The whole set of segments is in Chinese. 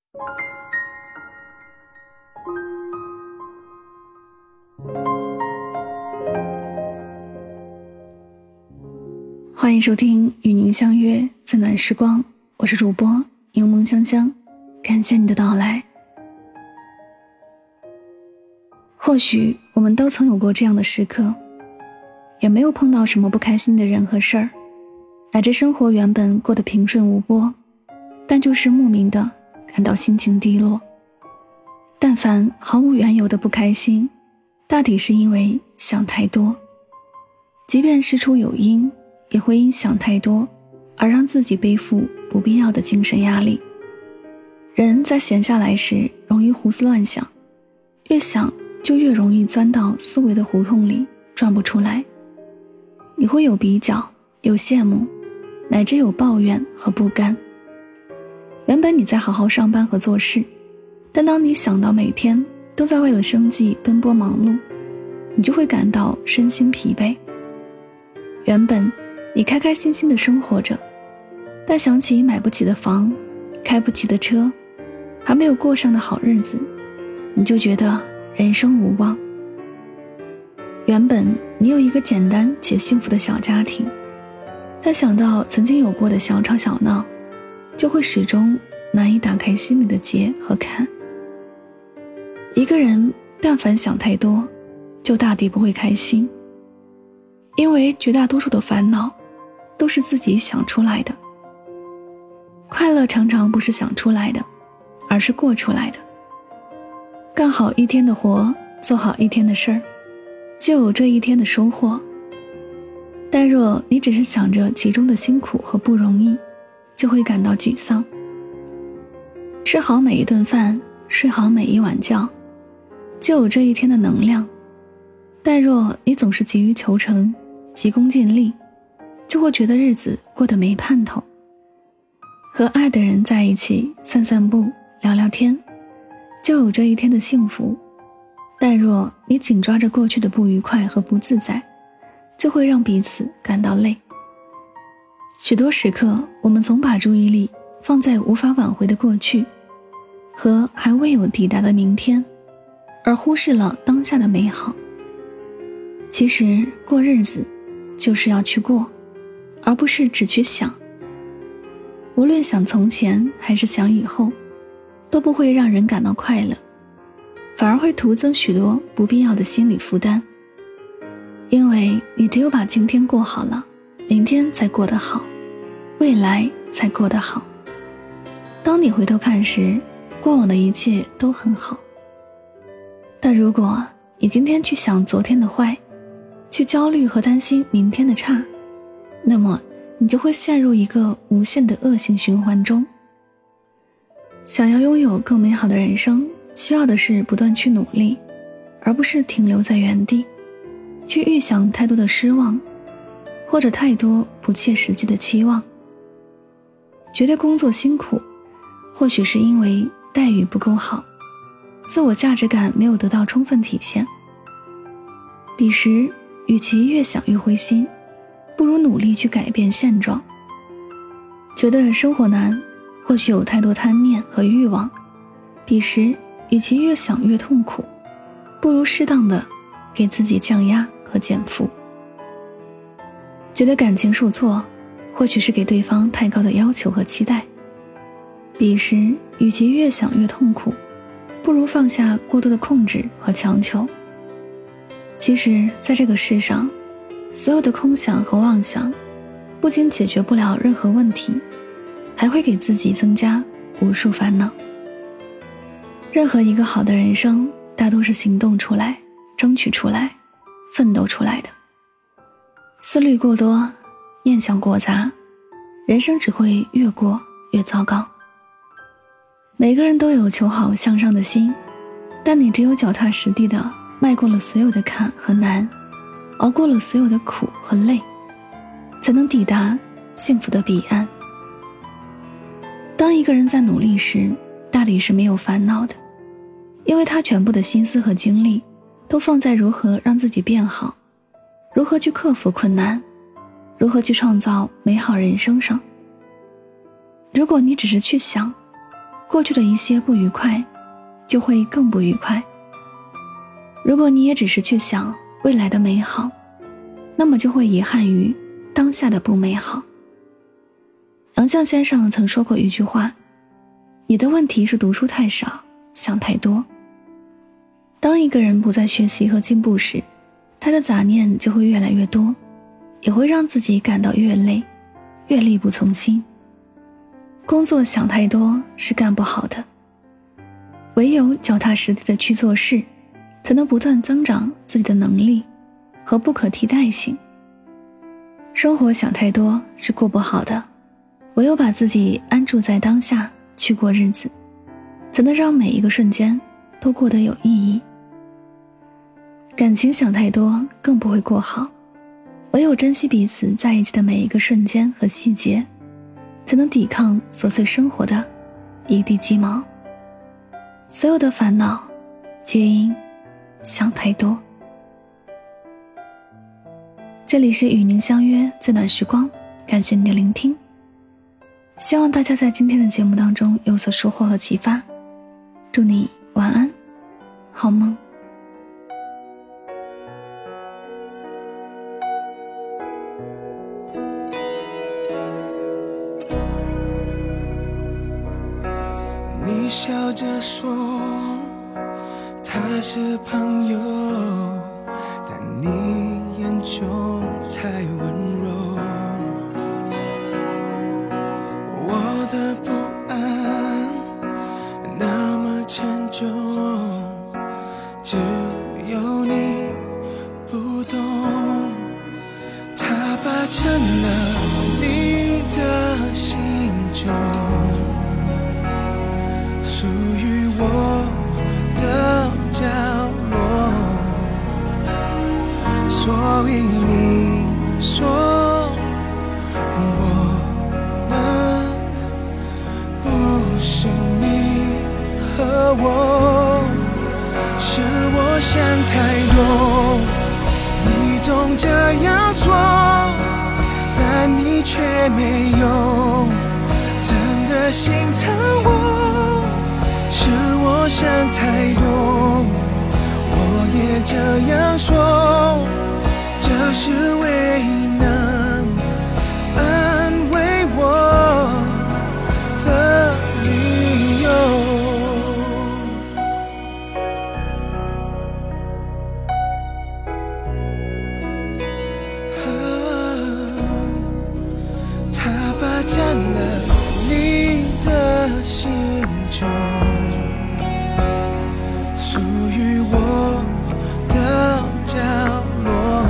欢迎收听与您相约最暖时光，我是主播柠檬香香，感谢你的到来。或许我们都曾有过这样的时刻，也没有碰到什么不开心的人和事儿，乃至生活原本过得平顺无波，但就是莫名的感到心情低落。但凡毫无缘由的不开心，大抵是因为想太多，即便事出有因，也会因想太多而让自己背负不必要的精神压力。人在闲下来时容易胡思乱想，越想就越容易钻到思维的胡同里转不出来。你会有比较，有羡慕，乃至有抱怨和不甘。原本你在好好上班和做事，但当你想到每天都在为了生计奔波忙碌，你就会感到身心疲惫。原本你开开心心的生活着，但想起买不起的房，开不起的车，还没有过上的好日子，你就觉得人生无望。原本你有一个简单且幸福的小家庭，但想到曾经有过的小吵小闹，就会始终难以打开心里的结和坎。一个人但凡想太多，就大抵不会开心，因为绝大多数的烦恼都是自己想出来的。快乐常常不是想出来的，而是过出来的。干好一天的活，做好一天的事儿，就有这一天的收获。但若你只是想着其中的辛苦和不容易，就会感到沮丧。吃好每一顿饭，睡好每一晚觉，就有这一天的能量。但若你总是急于求成，急功近利，就会觉得日子过得没盼头。和爱的人在一起散散步，聊聊天，就有这一天的幸福。但若你紧抓着过去的不愉快和不自在，就会让彼此感到累。许多时刻，我们总把注意力放在无法挽回的过去和还未有抵达的明天，而忽视了当下的美好。其实过日子就是要去过，而不是只去想。无论想从前还是想以后，都不会让人感到快乐，反而会徒增许多不必要的心理负担。因为你只有把今天过好了，明天才过得好，未来才过得好。当你回头看时，过往的一切都很好。但如果你今天去想昨天的坏，去焦虑和担心明天的差，那么你就会陷入一个无限的恶性循环中。想要拥有更美好的人生，需要的是不断去努力，而不是停留在原地，去预想太多的失望，或者太多不切实际的期望。觉得工作辛苦，或许是因为待遇不够好，自我价值感没有得到充分体现。彼时与其越想越灰心，不如努力去改变现状。觉得生活难，或许有太多贪念和欲望，彼时与其越想越痛苦，不如适当的给自己降压和减负。觉得感情受挫，或许是给对方太高的要求和期待，彼时与其越想越痛苦，不如放下过多的控制和强求。其实在这个世上，所有的空想和妄想不仅解决不了任何问题，还会给自己增加无数烦恼。任何一个好的人生，大多是行动出来，争取出来，奋斗出来的。思虑过多，念想过杂，人生只会越过越糟糕。每个人都有求好向上的心，但你只有脚踏实地的迈过了所有的坎和难，熬过了所有的苦和累，才能抵达幸福的彼岸。当一个人在努力时，大抵是没有烦恼的，因为他全部的心思和精力都放在如何让自己变好，如何去克服困难，如何去创造美好人生上。如果你只是去想， 过去的一些不愉快就会更不愉快。如果你也只是去想未来的美好，那么就会遗憾于当下的不美好。杨绛先生曾说过一句话，你的问题是读书太少，想太多。当一个人不再学习和进步时，他的杂念就会越来越多，也会让自己感到越累，越力不从心。工作想太多是干不好的，唯有脚踏实地的去做事，才能不断增长自己的能力和不可替代性。生活想太多是过不好的，唯有把自己安住在当下去过日子，才能让每一个瞬间都过得有意义。感情想太多更不会过好，唯有珍惜彼此在一起的每一个瞬间和细节，才能抵抗琐碎生活的一地鸡毛。所有的烦恼皆因想太多。这里是与您相约最暖时光，感谢您的聆听，希望大家在今天的节目当中有所收获和启发。祝你晚安，好梦。 你笑着说他是朋友，但你眼中太温柔。我的不安那么沉重，只有你不懂。他霸占了你的心中，属于我的角落，所以你说我们不是你和我，是我想太多，你总这样说，但你却没有真的心疼我，是我想太多，我也这样说，这是唯一能安慰我的理由。他霸占了你的心中，属于我的角落，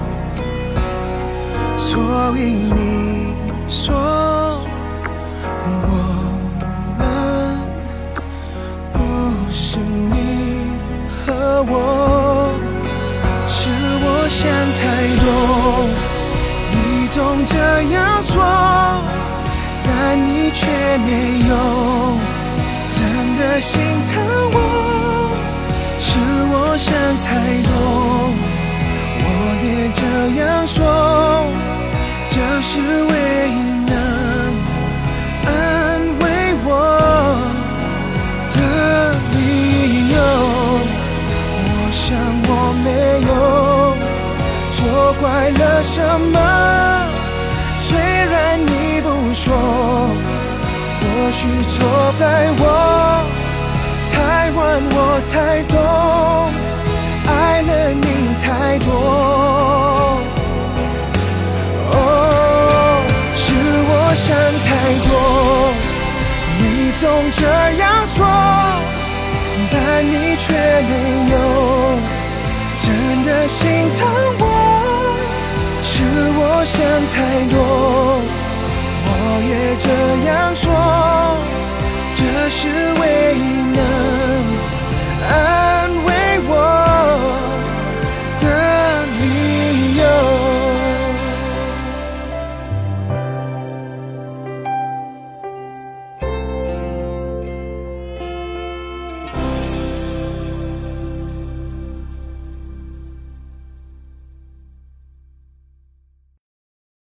所以你说我们不是你和我，是我想太多，你总这样说，但你却没有真的心疼我，是我想太多，我也这样说，这是唯一能安慰我的理由。我想我没有错怪了什么，虽然你不说，或许错在我太晚，我才懂，爱了你太多。哦，是我想太多，你总这样说，但你却没有真的心疼我，是我想太多，我也这样说，这是唯一能